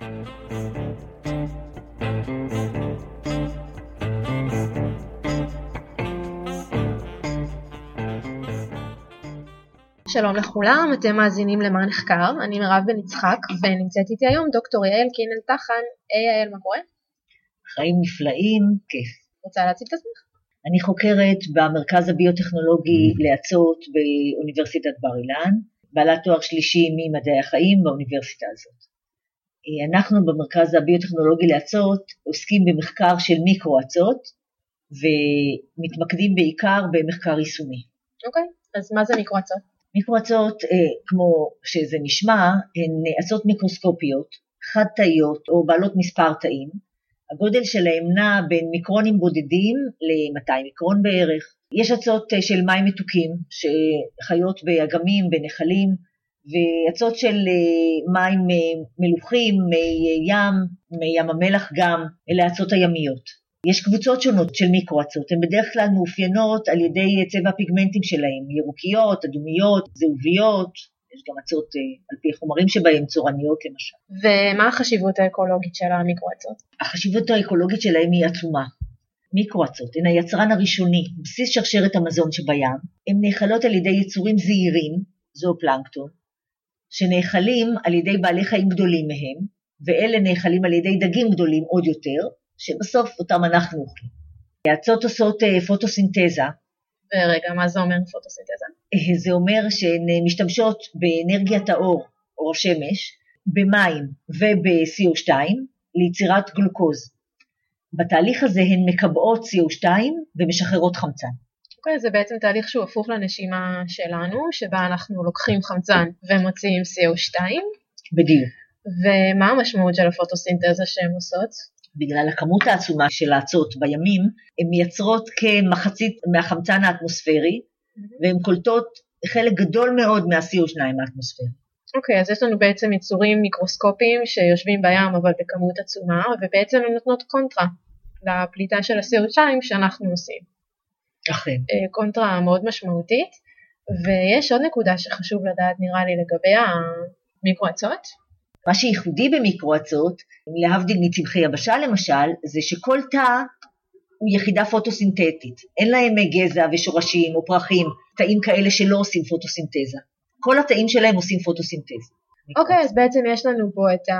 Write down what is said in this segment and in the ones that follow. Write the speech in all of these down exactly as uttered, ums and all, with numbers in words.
שלום לכולם, אתם מאזינים למה נחקר, אני מירב בן יצחק ונמצאת איתי היום דוקטור יעל קינל-טחן. היי יעל, מה קורה? חיים נפלאים, כיף. רוצה להציג את עצמך? אני חוקרת במרכז הביוטכנולוגי לאצות באוניברסיטת בר אילן, בעלת תואר שלישי ממדעי החיים באוניברסיטה הזאת. אנחנו במרכז הביוטכנולוגי לאצות עוסקים במחקר של מיקרו-אצות, ומתמקדים בעיקר במחקר יישומי. אוקיי, אז מה זה מיקרו-אצות? מיקרו-אצות, כמו שזה נשמע, הן אצות מיקרוסקופיות, חד תאיות או בעלות מספר תאים. הגודל שלהם נע בין מיקרונים בודדים ל-מאתיים מיקרון בערך. יש אצות של מים מתוקים שחיות באגמים, בנחלים, ואצות של מים מלוחים, מי ים, מי ים המלח גם, אלה אצות הימיות. יש קבוצות שונות של מיקרו-אצות, הן בדרך כלל מאופיינות על ידי צבע הפיגמנטים שלהם, ירוקיות, אדומיות, זהוביות, יש גם אצות על פי חומרים שבהם צורניות למשל. ומה החשיבות האקולוגית של המיקרו-אצות? החשיבות האקולוגית שלהם היא עצומה. מיקרו-אצות הן היצרן הראשוני, בסיס שרשרת המזון שבים, הן נאכלות על ידי יצורים זעירים, זואופלנקטון, שנאכלים על ידי בעלי חיים גדולים מהם, ואלה נאכלים על ידי דגים גדולים עוד יותר, שבסוף אותם אנחנו אוכלים. האצות עושות פוטוסינתזה. ורגע, מה זה אומר פוטוסינתזה? זה אומר שהן משתמשות באנרגיית האור, אור השמש, במים וב-סי או שתיים, ליצירת גלוקוז. בתהליך הזה הן מקבעות סי או שתיים ומשחררות חמצן. אוקיי, זה בעצם תהליך שהוא הפוך לנשימה שלנו, שבה אנחנו לוקחים חמצן ומוציאים סי או שתיים. בדיוק. ומה המשמעות של הפוטוסינתזה שהן עושות? בגלל הכמות העצומה של האצות בימים, הן מייצרות כמחצית מהחמצן האטמוספרי, mm-hmm. והן קולטות חלק גדול מאוד מה-סי או שתיים האטמוספרי. אוקיי, okay, אז יש לנו בעצם יצורים מיקרוסקופיים שיושבים בים, אבל בכמות עצומה, ובעצם הן נותנות קונטרה לפליטה של ה-סי או שתיים שאנחנו עושים. אכן. קונטרה מאוד משמעותית, ויש עוד נקודה שחשוב לדעת נראה לי לגבי המיקרו-אצות. מה שייחודי במיקרו-אצות, להבדיל מצמחי יבשה למשל, זה שכל תא הוא יחידה פוטוסינתטית. אין להם גזע ושורשים או פרחים, תאים כאלה שלא עושים פוטוסינתזה. כל התאים שלהם עושים פוטוסינתזה. אוקיי, okay, אז בעצם יש לנו פה את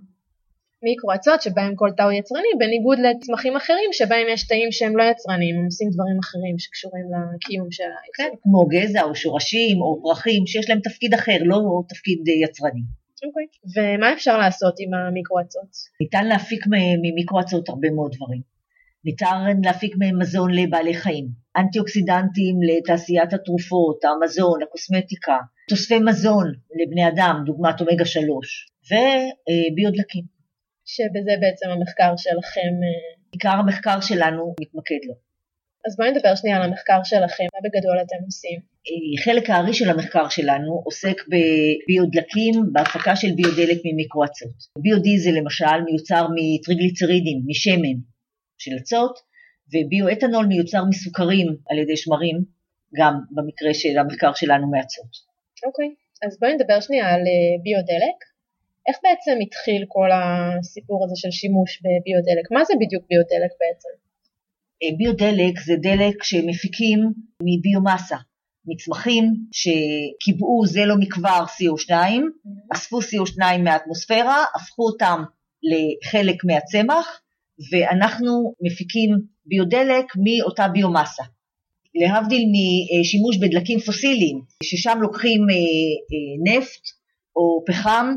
המיקרו-אצות שבהם כל תא הוא יצרני, בניגוד לצמחים אחרים שבהם יש תאים שהם לא יצרניים, הם עושים דברים אחרים שקשורים לקיום של היצור. כן, כמו גזע או שורשים או פרחים שיש להם תפקיד אחר, לא תפקיד יצרני. אוקיי, okay. ומה אפשר לעשות עם המיקרו-אצות? ניתן להפיק ממיקרו-אצות הרבה מאוד דברים. ניתן להפיק מהם מזון לבעלי חיים, אנטי-אוקסידנטים לתעשיית התרופות, המזון, הקוסמטיקה, תוספי מזון לבני אדם, דוגמת אומגה שלוש, וביודלקים. שבזה בעצם המחקר שלכם... עיקר המחקר שלנו מתמקד לו. אז בואי נדבר שנייה על המחקר שלכם, מה בגדול אתם עושים? חלק הארי של המחקר שלנו עוסק בביודלקים, בהפקה של ביודלק ממיקרו-אצות. ביודיזל למשל מיוצר מטריגליצרידים, משמן של אצות, וביואתנול מיוצר מסוכרים על ידי שמרים, גם במקרה של המחקר שלנו מאצות. אוקיי, אז בואי נדבר שנייה על ביודלק. איך בעצם התחיל כל הסיפור הזה של שימוש בביודלק? מה זה בדיוק ביודלק בעצם? ביודלק זה דלק שמפיקים מביומסה, מצמחים שקיבעו זה לא מכבר סי או שתיים, mm-hmm. אספו סי או שתיים מהאטמוספירה, הפכו אותם לחלק מהצמח, ואנחנו מפיקים ביודלק מאותה ביומסה. להבדיל משימוש בדלקים פוסיליים, ששם לוקחים נפט או פחם,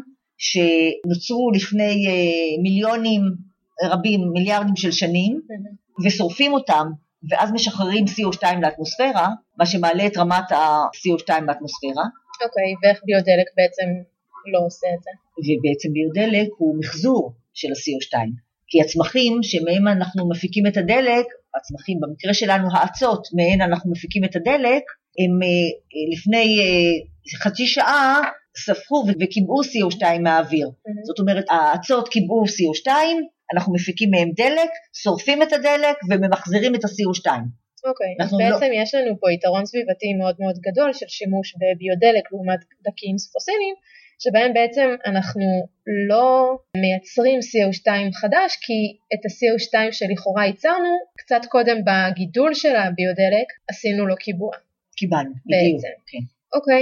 שנוצרו לפני מיליונים רבים, מיליארדים של שנים, mm-hmm. ושורפים אותם, ואז משחררים סי או שתיים לאטמוספירה, מה שמעלה את רמת ה-סי או שתיים באטמוספירה. אוקיי, ואיך ביודלק בעצם לא עושה את זה? ובעצם ביודלק הוא מחזור של ה-סי או שתיים, כי הצמחים שמהם אנחנו מפיקים את הדלק, הצמחים במקרה שלנו האצות, מהן אנחנו מפיקים את הדלק, הם לפני חצי שעה ספחו וקיבעו סי או שתיים מהאוויר. Mm-hmm. זאת אומרת, האצות קיבעו סי או שתיים, אנחנו מפיקים מהם דלק, שורפים את הדלק וממחזירים את ה-סי או שתיים. אוקיי, אז בעצם לא... יש לנו פה יתרון סביבתי מאוד מאוד גדול של שימוש בביודלק לעומת דלקים פוסיליים, שבהם בעצם אנחנו לא מייצרים סי או שתיים חדש, כי את ה-סי או שתיים שלכאורה ייצרנו, קצת קודם בגידול של הביודלק, עשינו לו קיבוע. קיבלנו, בדיוק. כן. אוקיי,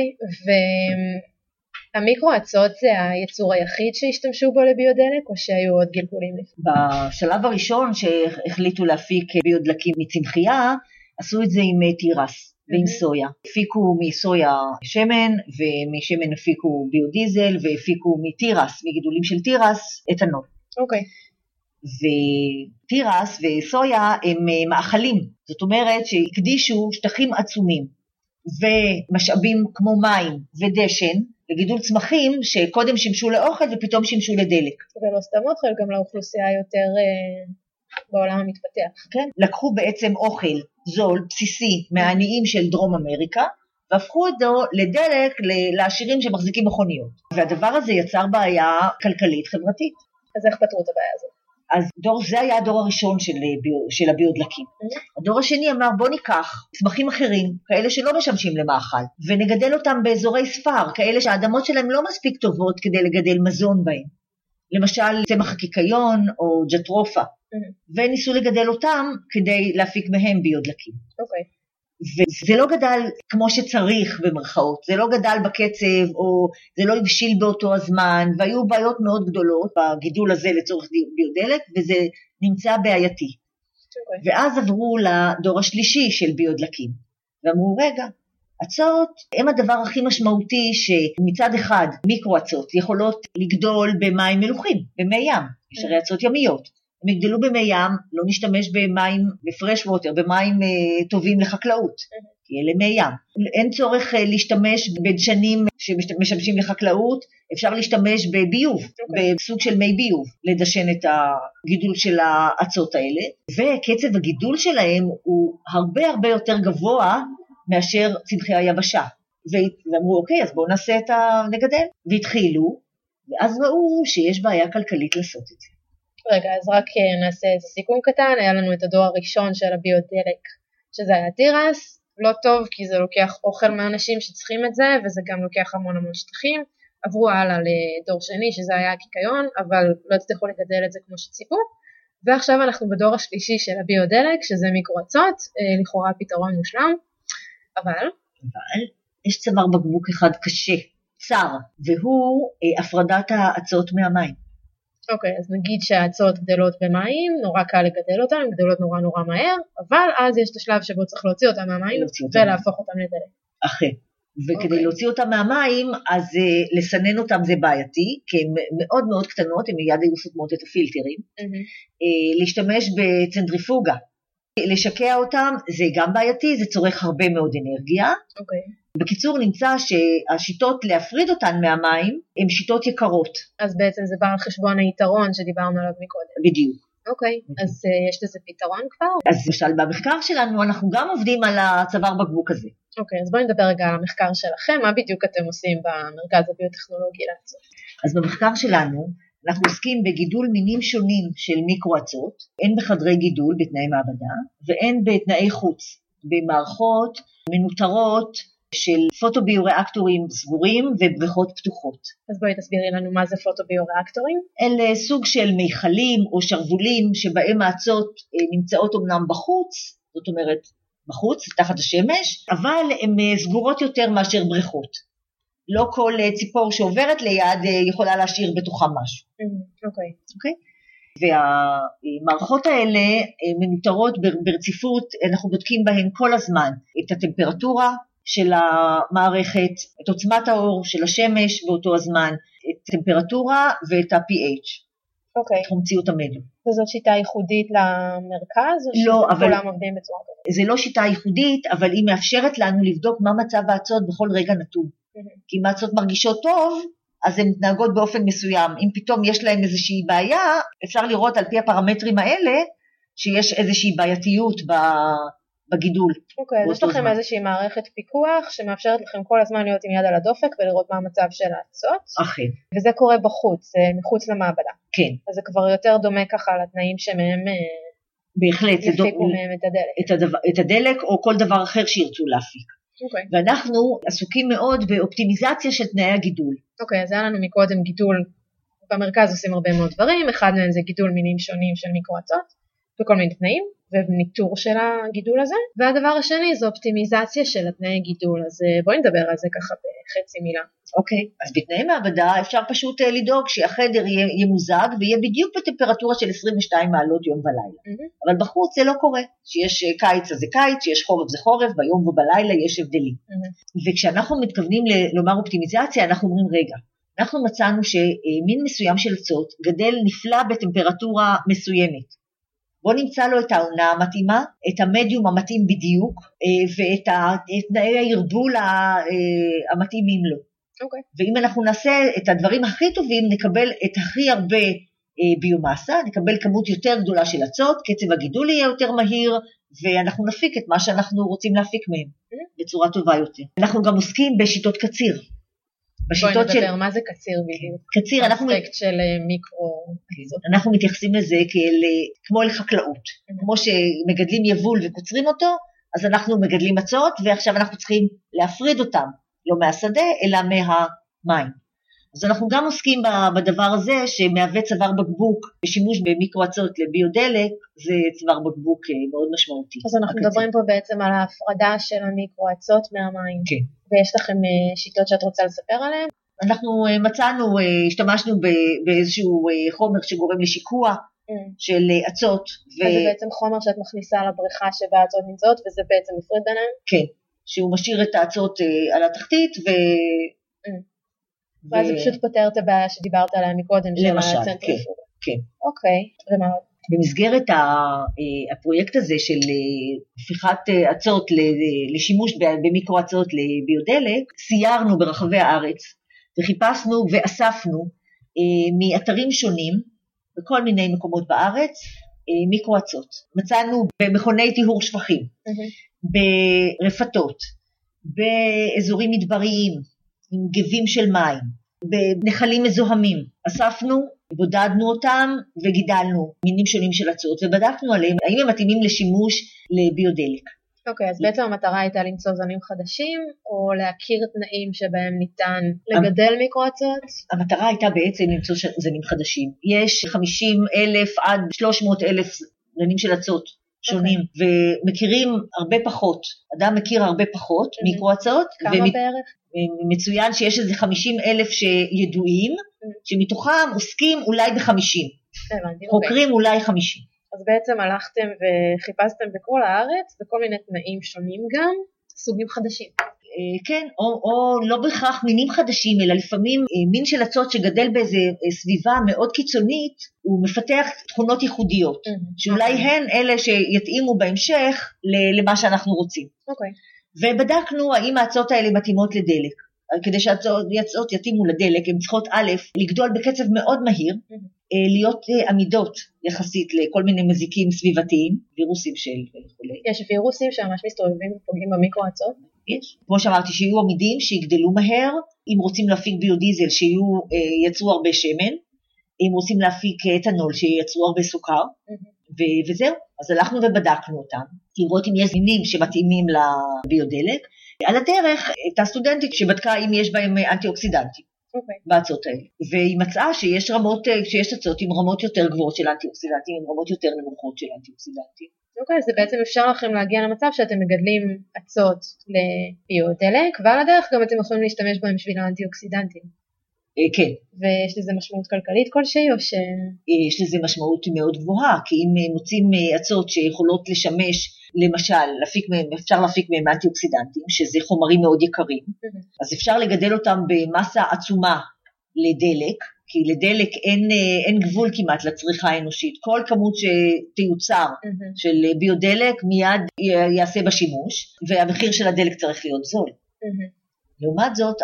והמיקרואצות זה היצור היחיד שהשתמשו בו לביודלק, או שהיו עוד גלגולים לפני? בשלב הראשון שהחליטו להפיק ביודלקים מצמחייה, עשו את זה עם תירס. ועם סויה. הפיקו מסויה שמן, ומשמן הפיקו ביודיזל, והפיקו מתירס, מגידולים של תירס, אתנול. אוקיי. ותירס וסויה הם מאכלים, זאת אומרת שהקדישו שטחים עצומים, ומשאבים כמו מים ודשן, לגידול צמחים שקודם שימשו לאוכל ופתאום שימשו לדלק. ולא סתם אוכל, גם לאוכלוסייה יותר בעולם המתפתח. כן, לקחו בעצם אוכל זול, בסיסי, מהעניים של דרום אמריקה, והפכו אותו לדלק לעשירים שמחזיקים מכוניות. והדבר הזה יצר בעיה כלכלית חברתית. אז איך פתרו את הבעיה הזאת? אז דור, זה היה הדור הראשון של, של הביודלקים. Mm-hmm. הדור השני אמר, בוא ניקח צמחים אחרים, כאלה שלא משמשים למאכל, ונגדל אותם באזורי ספר, כאלה שהאדמות שלהם לא מספיק טובות כדי לגדל מזון בהם. למשל, צמח הקיקיון או ג'טרופה. Mm-hmm. וניסו לגדל אותם כדי להפיק מהם ביודלקים. אוקיי. Okay. וזה לא גדל כמו שצריך במרכאות, זה לא גדל בקצב, או זה לא הבשיל באותו הזמן, והיו בעיות מאוד גדולות בגידול הזה לצורך ביודלק, וזה נמצא בעייתי. Okay. ואז עברו לדור השלישי של ביודלקים, ואמרו רגע, עצות הם הדבר הכי משמעותי שמצד אחד מיקרואצות יכולות לגדול במים מלוחים, במי ים, okay. יש הרי עצות ימיות. הם יגדלו במי ים, לא נשתמש במים, בפרש ווטר, במים uh, טובים לחקלאות, כי אלה מי ים. אין צורך uh, להשתמש בדשנים שמשמשים לחקלאות, אפשר להשתמש בביוב, okay. בסוג של מי ביוב, לדשן את הגידול של העצות האלה, וקצב הגידול שלהם הוא הרבה הרבה יותר גבוה מאשר צמחי היבשה. ואמרו, אוקיי, אז בואו נעשה את הנגדל. והתחילו, ואז ראו שיש בעיה כלכלית לעשות את זה. רגע, אז רק נעשה איזה סיכום קטן, היה לנו את הדור הראשון של הביודלק, שזה היה תירס, לא טוב כי זה לוקח אוכל מאנשים שצריכים את זה, וזה גם לוקח המון המון שטחים, עברו הלאה לדור שני, שזה היה הקיקיון, אבל לא הצליחו לגדל את זה כמו שציפו, ועכשיו אנחנו בדור השלישי של הביודלק, שזה מיקרואצות, לכאורה פתרון מושלם, אבל... אבל יש צוואר בקבוק אחד קשה, צר, והוא הפרדת העצות מהמים. אוקיי, okay, אז נגיד שהעצות גדלות במים, נורא קל לגדל אותן, הן גדלות נורא נורא מהר, אבל אז יש את השלב שבו צריך להוציא אותן מהמים ולהפוך אותן לדלק. אחרי, וכדי okay. להוציא אותן מהמים, אז uh, לסנן אותן זה בעייתי, כי הן מאוד מאוד קטנות, הן מיד היו סותמות את הפילטרים, mm-hmm. uh, להשתמש בצנטריפוגה, לשקע אותם זה גם בעייתי, זה צורך הרבה מאוד אנרגיה, אוקיי. Okay. בקיצור נמצא שהשיטות להפריד אותן מהמים הן שיטות יקרות. אז בעצם זה בא על חשבון היתרון שדיברנו עליו מקודם. בדיוק. אוקיי, אז uh, יש לזה פתרון כבר? אז למשל במחקר שלנו אנחנו גם עובדים על הצוואר בקבוק הזה. אוקיי, אז בואי נדבר רגע על המחקר שלכם, מה בדיוק אתם עושים במרכז הביוטכנולוגי לעצות? אז במחקר שלנו אנחנו עוסקים בגידול מינים שונים של מיקרואצות, הן בחדרי גידול בתנאי מעבדה, והן בתנאי חוץ, במערכות מנוטרות, של פוטוביוריאקטורים סגורים ובריכות פתוחות. אז בואי תסבירי לנו מה זה פוטוביוריאקטורים. אלה סוג של מיכלים או שרבולים שבהם העצות נמצאות אומנם בחוץ, זאת אומרת בחוץ, תחת השמש, אבל הן סגורות יותר מאשר בריכות. לא כל ציפור שעוברת ליד יכולה להשאיר בתוכה משהו. אוקיי. אוקיי? והמערכות האלה מנוטרות ברציפות, אנחנו בודקים בהן כל הזמן את הטמפרטורה, של המערכת, את עוצמת האור של השמש באותו הזמן, את הטמפרטורה ואת ה-פי אייץ'. אוקיי. את חומציות המדו. וזאת שיטה ייחודית למרכז? לא, אבל... כולם עובדים בצורה כזאת? זה לא שיטה ייחודית, אבל היא מאפשרת לנו לבדוק מה מצב העצות בכל רגע נתון. Mm-hmm. כי אם העצות מרגישות טוב, אז הן מתנהגות באופן מסוים. אם פתאום יש להן איזושהי בעיה, אפשר לראות על פי הפרמטרים האלה, שיש איזושהי בעייתיות ב... בגידול. אוקיי, אז יש לכם איזושהי מערכת פיקוח שמאפשרת לכם כל הזמן להיות עם יד על הדופק ולראות מה המצב של העצות. אכן. וזה קורה בחוץ, מחוץ למעבדה. כן. אז זה כבר יותר דומה ככה לתנאים שמהם בהחלט, יפיקו מהם את הדלק. את, הדבר, את הדלק או כל דבר אחר שירצו להפיק. אוקיי. ואנחנו עסוקים מאוד באופטימיזציה של תנאי הגידול. אוקיי, אז היה לנו מקודם גידול, במרכז עושים הרבה מאוד דברים, אחד מהם זה גידול מינים שונים של מיקרואצות, בכל מיני תנאים, וניטור של הגידול הזה, והדבר השני זה אופטימיזציה של התנאי גידול, אז בואי נדבר על זה ככה בחצי מילה. אוקיי, אז בתנאי מעבדה אפשר פשוט לדאוג שהחדר יהיה, יהיה מוזג, ויהיה בדיוק בטמפרטורה של עשרים ושתיים מעלות יום ולילה. Mm-hmm. אבל בחוץ זה לא קורה, שיש קיץ אז זה קיץ, שיש חורף זה חורף, ביום ובלילה יש הבדלים. Mm-hmm. וכשאנחנו מתכוונים לומר אופטימיזציה, אנחנו אומרים רגע, אנחנו מצאנו שמין מסוים של עצות גדל נפלא בטמפרטורה מסוימת. בוא נמצא לו את העונה המתאימה, את המדיום המתאים בדיוק, ואת תנאי הירבול המתאימים לו. אוקיי. ואם אנחנו נעשה את הדברים הכי טובים, נקבל את הכי הרבה ביומסה, נקבל כמות יותר גדולה של עצות, קצב הגידול יהיה יותר מהיר, ואנחנו נפיק את מה שאנחנו רוצים להפיק מהם, בצורה טובה יותר. אנחנו גם עוסקים בשיטות קציר. בואי נדבר, של... מה זה קציר בדיוק? קציר, אנחנו... אספקט של מיקרו... אנחנו מתייחסים לזה כאל, כמו לחקלאות. Mm-hmm. כמו שמגדלים יבול וקוצרים אותו, אז אנחנו מגדלים עצות, ועכשיו אנחנו צריכים להפריד אותם, לא מהשדה, אלא מהמים. אז אנחנו גם עוסקים בדבר הזה, שמהווה צוואר בקבוק, בשימוש במיקרו-עצות לביודלק, זה צוואר בקבוק מאוד משמעותי. אז אנחנו הקציר. מדברים פה בעצם על ההפרדה של המיקרו-עצות מהמים. כן. ויש לכם שיטות שאת רוצה לספר עליהן? אנחנו מצאנו, השתמשנו באיזשהו חומר שגורם לשיקוע mm. של עצות. ו... אז זה בעצם חומר שאת מכניסה לבריכה שבה העצות נמצאות, וזה בעצם מפריד ביניהם? כן, שהוא משאיר את העצות על התחתית, ו... Mm. ואז זה פשוט פותר את הבעיה שדיברת עליה מקודם, למשל, כן, כן. אוקיי, ומה עוד? במסגרת הפרויקט הזה של הפיכת עצות לשימוש במיקרו-עצות לביודלק, סיירנו ברחבי הארץ וחיפשנו ואספנו מאתרים שונים בכל מיני מקומות בארץ מיקרו-עצות. מצאנו במכוני טיהור שפכים, ברפתות, באזורים מדבריים, עם גבים של מים, בנחלים מזוהמים. אספנו, בודדנו אותם וגידלנו מינים שונים של עצות, ובדקנו עליהם האם הם מתאימים לשימוש לביודלק. אוקיי, אז בעצם המטרה הייתה למצוא זנים חדשים, או להכיר תנאים שבהם ניתן לגדל מיקרו-עצות? המטרה הייתה בעצם למצוא זנים חדשים. יש חמישים אלף עד שלוש מאות אלף זנים של עצות. שונים, okay. ומכירים הרבה פחות, אדם מכיר הרבה פחות mm-hmm. מיקרו-עצות. כמה ומת... בערך? מצוין שיש איזה חמישים אלף שידועים, mm-hmm. שמתוכם עוסקים אולי ב-חמישים, הבנתי, חוקרים okay. אולי חמישים. אז בעצם הלכתם וחיפשתם בכל הארץ, בכל מיני תנאים שונים גם, סוגים חדשים. כן, או, או לא בהכרח מינים חדשים, אלא לפעמים מין של עצות שגדל באיזו סביבה מאוד קיצונית, הוא מפתח תכונות ייחודיות, mm-hmm. שאולי הן אלה שיתאימו בהמשך למה שאנחנו רוצים. אוקיי. ובדקנו האם העצות האלה מתאימות לדלק. כדי שהעצות יתאימו לדלק, הן צריכות א', לגדול בקצב מאוד מהיר, mm-hmm. להיות עמידות יחסית לכל מיני מזיקים סביבתיים, וירוסים של וכו'. יש וירוסים שממש מסתובבים ופוגעים במיקרו-עצות? יש. כמו שאמרתי, שיהיו עמידים, שיגדלו מהר, אם רוצים להפיק ביודיזל, שיהיו, ייצרו הרבה שמן, אם רוצים להפיק אתנול, שייצרו הרבה סוכר, mm-hmm. ו- וזהו. אז הלכנו ובדקנו אותם, לראות אם יש מינים שמתאימים לביודלק. על הדרך, את הסטודנטית שבדקה אם יש בהם אנטי-אוקסידנטים. Okay. בעצות האלה. והיא מצאה שיש רמות, שיש עצות עם רמות יותר גבוהות של אנטי-אוקסידנטים, עם רמות יותר נמוכות של אנטי-אוקסידנטים. אוקיי, אז זה בעצם אפשר לכם להגיע למצב שאתם מגדלים עצות לביודלק, ועל הדרך גם אתם יכולים להשתמש בהם בשביל האנטי-אוקסידנטים. כן. ויש לזה משמעות כלכלית כלשהי, או ש... יש לזה משמעות מאוד גבוהה, כי אם מוצאים עצות שיכולות לשמש, למשל, להפיק מהם, אפשר להפיק מהם אנטי-אוקסידנטים, שזה חומרים מאוד יקרים, mm-hmm. אז אפשר לגדל אותם במסה עצומה לדלק, כי לדלק אין, אין גבול כמעט לצריכה האנושית, כל כמות שתיוצר mm-hmm. של ביודלק מיד יעשה בשימוש, והמחיר של הדלק צריך להיות זול. Mm-hmm. לעומת זאת,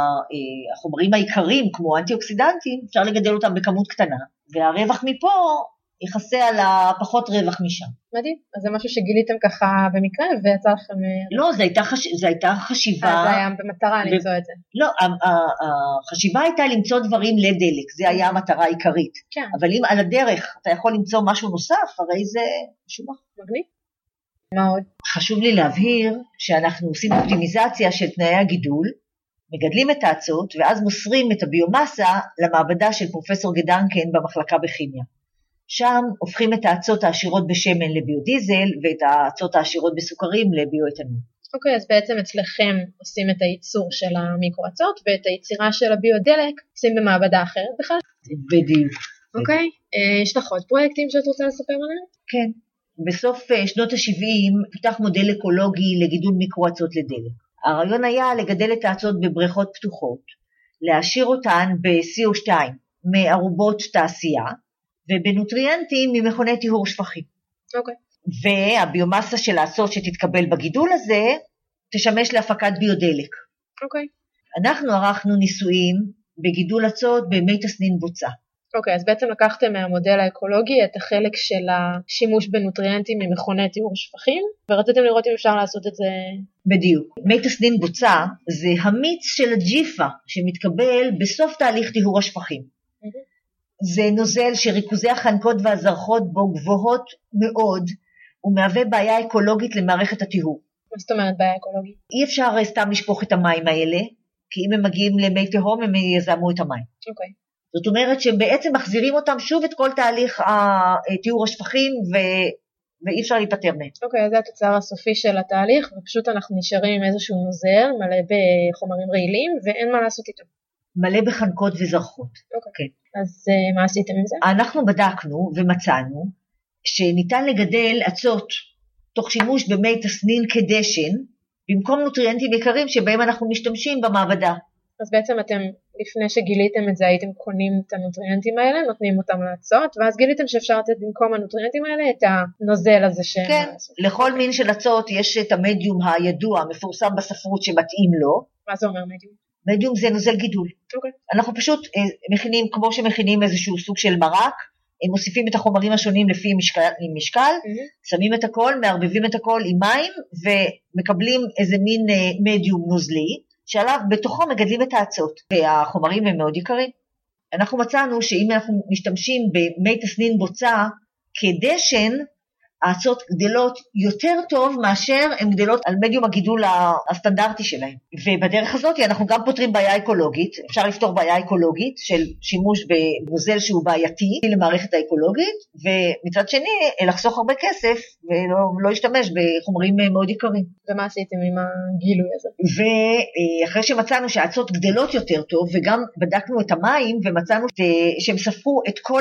החומרים העיקריים, כמו אנטי-אוקסידנטים, אפשר לגדל אותם בכמות קטנה, והרווח מפה יחסה על הפחות רווח משם. מדהים, אז זה משהו שגיליתם ככה במקרה, ויצא לכם... לא, זו הייתה, חש... זו הייתה חשיבה... אה, זה היה במטרה ו... למצוא את זה. לא, החשיבה הייתה למצוא דברים לדלק, זה היה המטרה העיקרית. כן. אבל אם על הדרך אתה יכול למצוא משהו נוסף, הרי זה משהו. מגניב. מה עוד? חשוב לי להבהיר שאנחנו עושים אופטימיזציה של תנאי הגידול, מגדלים את האצות ואז מוסרים את הביומסה למעבדה של פרופסור גדנקן במחלקה בכימיה. שם הופכים את האצות העשירות בשמן לביודיזל ואת האצות העשירות בסוכרים לביואתנול. אוקיי, okay, אז בעצם אצלכם עושים את הייצור של המיקרואצות ואת היצירה של הביודלק עושים במעבדה אחרת בכלל? בדיוק. אוקיי, okay. יש לך עוד פרויקטים שאת רוצה לספר עליהם? כן, בסוף שנות ה-שבעים פותח מודל אקולוגי לגידול מיקרואצות לדלק. הרעיון היה לגדל את האצות בבריכות פתוחות, להעשיר אותן ב-סי או שתיים מערובות תעשייה, ובנוטריאנטים ממכוני טיהור שפכים. אוקיי. Okay. והביומסה של האצות שתתקבל בגידול הזה, תשמש להפקת ביודלק. אוקיי. Okay. אנחנו ערכנו ניסויים בגידול אצות במי תסנין בוצה. אוקיי, okay, אז בעצם לקחתם מהמודל האקולוגי את החלק של השימוש בנוטריאנטים ממכוני טיהור שפכים, ורציתם לראות אם אפשר לעשות את זה... בדיוק. מי תסנין בוצה זה המיץ של הג'יפה שמתקבל בסוף תהליך טיהור השפכים. Mm-hmm. זה נוזל שריכוזי החנקות והזרחות בו גבוהות מאוד, הוא מהווה בעיה אקולוגית למערכת הטיהור. מה זאת אומרת בעיה אקולוגית? אי אפשר סתם לשפוך את המים האלה, כי אם הם מגיעים למי תהום הם יזהמו את המים. אוקיי. Okay. זאת אומרת שבעצם מחזירים אותם שוב את כל תהליך טיהור השפכים ו... ואי אפשר להיפטר מהם. אוקיי, אז זה התוצר הסופי של התהליך, ופשוט אנחנו נשארים עם איזשהו נוזל מלא בחומרים רעילים, ואין מה לעשות איתו. מלא בחנקות וזרחות. אוקיי, כן. אז uh, מה עשיתם עם זה? אנחנו בדקנו ומצאנו שניתן לגדל אצות תוך שימוש במי תסנין כדשן, במקום נוטריאנטים יקרים שבהם אנחנו משתמשים במעבדה. אז בעצם אתם, לפני שגיליתם את זה, הייתם קונים את הנוטריאנטים האלה, נותנים אותם לאצות, ואז גיליתם שאפשר לתת במקום הנוטריאנטים האלה את הנוזל הזה שהם... כן, לכל מין של אצות יש את המדיום הידוע, מפורסם בספרות שמתאים לו. מה זה אומר מדיום? מדיום זה נוזל גידול. אוקיי. אנחנו פשוט מכינים, כמו שמכינים איזשהו סוג של מרק, הם מוסיפים את החומרים השונים לפי משקל, עם משקל, mm-hmm. שמים את הכל, מערבבים את הכל עם מים, ומקבלים איזה מין מדיום נוזלי, שעליו בתוכו מגדלים את האצות, והחומרים הם מאוד יקרים. אנחנו מצאנו שאם אנחנו משתמשים במי תסנין בוצה כדשן, האצות גדלות יותר טוב מאשר הן גדלות על מדיום הגידול הסטנדרטי שלהן. ובדרך הזאת אנחנו גם פותרים בעיה אקולוגית, אפשר לפתור בעיה אקולוגית של שימוש בנוזל שהוא בעייתי למערכת האקולוגית, ומצד שני לחסוך הרבה כסף ולא לא להשתמש בחומרים מאוד יקרים. ומה עשיתם עם הגילוי הזה? ואחרי שמצאנו שהאצות גדלות יותר טוב, וגם בדקנו את המים ומצאנו שהם ספרו את כל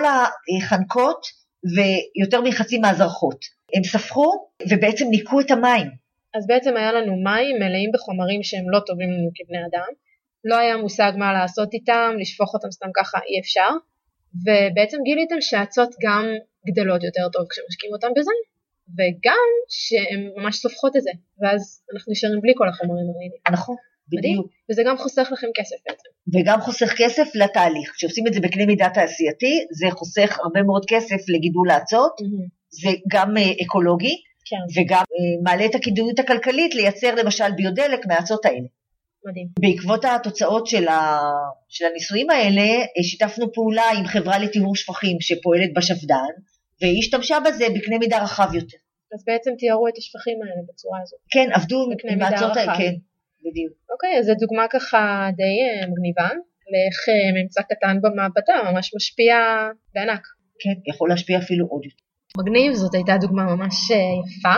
החנקות, ויותר מחצי מהזרחות. הם ספחו ובעצם ניקו את המים. אז בעצם היה לנו מים מלאים בחומרים שהם לא טובים לנו כבני אדם, לא היה מושג מה לעשות איתם, לשפוך אותם סתם ככה אי אפשר, ובעצם גיליתם שהאצות גם גדלות יותר טוב כשמשקיעים אותם בזה, וגם שהן ממש סופחות את זה, ואז אנחנו נשארים בלי כל החומרים הרעילים. נכון. בדיוק. וזה גם חוסך לכם כסף בעצם. וגם חוסך כסף לתהליך. כשעושים את זה בקנה מידה תעשייתי, זה חוסך הרבה מאוד כסף לגידול האצות, mm-hmm. זה גם אקולוגי, כן. וגם מעלה את הכדאיות הכלכלית לייצר למשל ביודלק מהאצות האלה. מדהים. בעקבות התוצאות של, ה... של הניסויים האלה, שיתפנו פעולה עם חברה לטיהור שפכים שפועלת בשפדן, והיא השתמשה בזה בקנה מידה רחב יותר. אז בעצם תיארו את השפכים האלה בצורה הזאת. כן, עבדו עם האצות האלה, כן. בדיוק. אוקיי, אז זו דוגמה ככה די מגניבה, לאיך ממצא קטן במעבדה ממש משפיע בענק. כן, יכול להשפיע אפילו עוד יותר. מגניב, זאת הייתה דוגמה ממש יפה,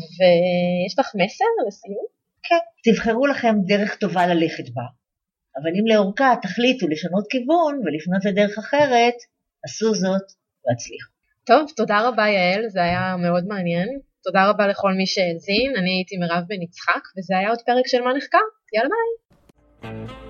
ויש לך מסר לסיום? כן, תבחרו לכם דרך טובה ללכת בה, אבל אם לאורכה תחליטו לשנות כיוון ולפנות לדרך אחרת, עשו זאת והצליחו. טוב, תודה רבה יעל, זה היה מאוד מעניין. תודה רבה לכל מי שהאזין, אני הייתי מירב בן יצחק, וזה היה עוד פרק של מה נחקר. יאללה ביי.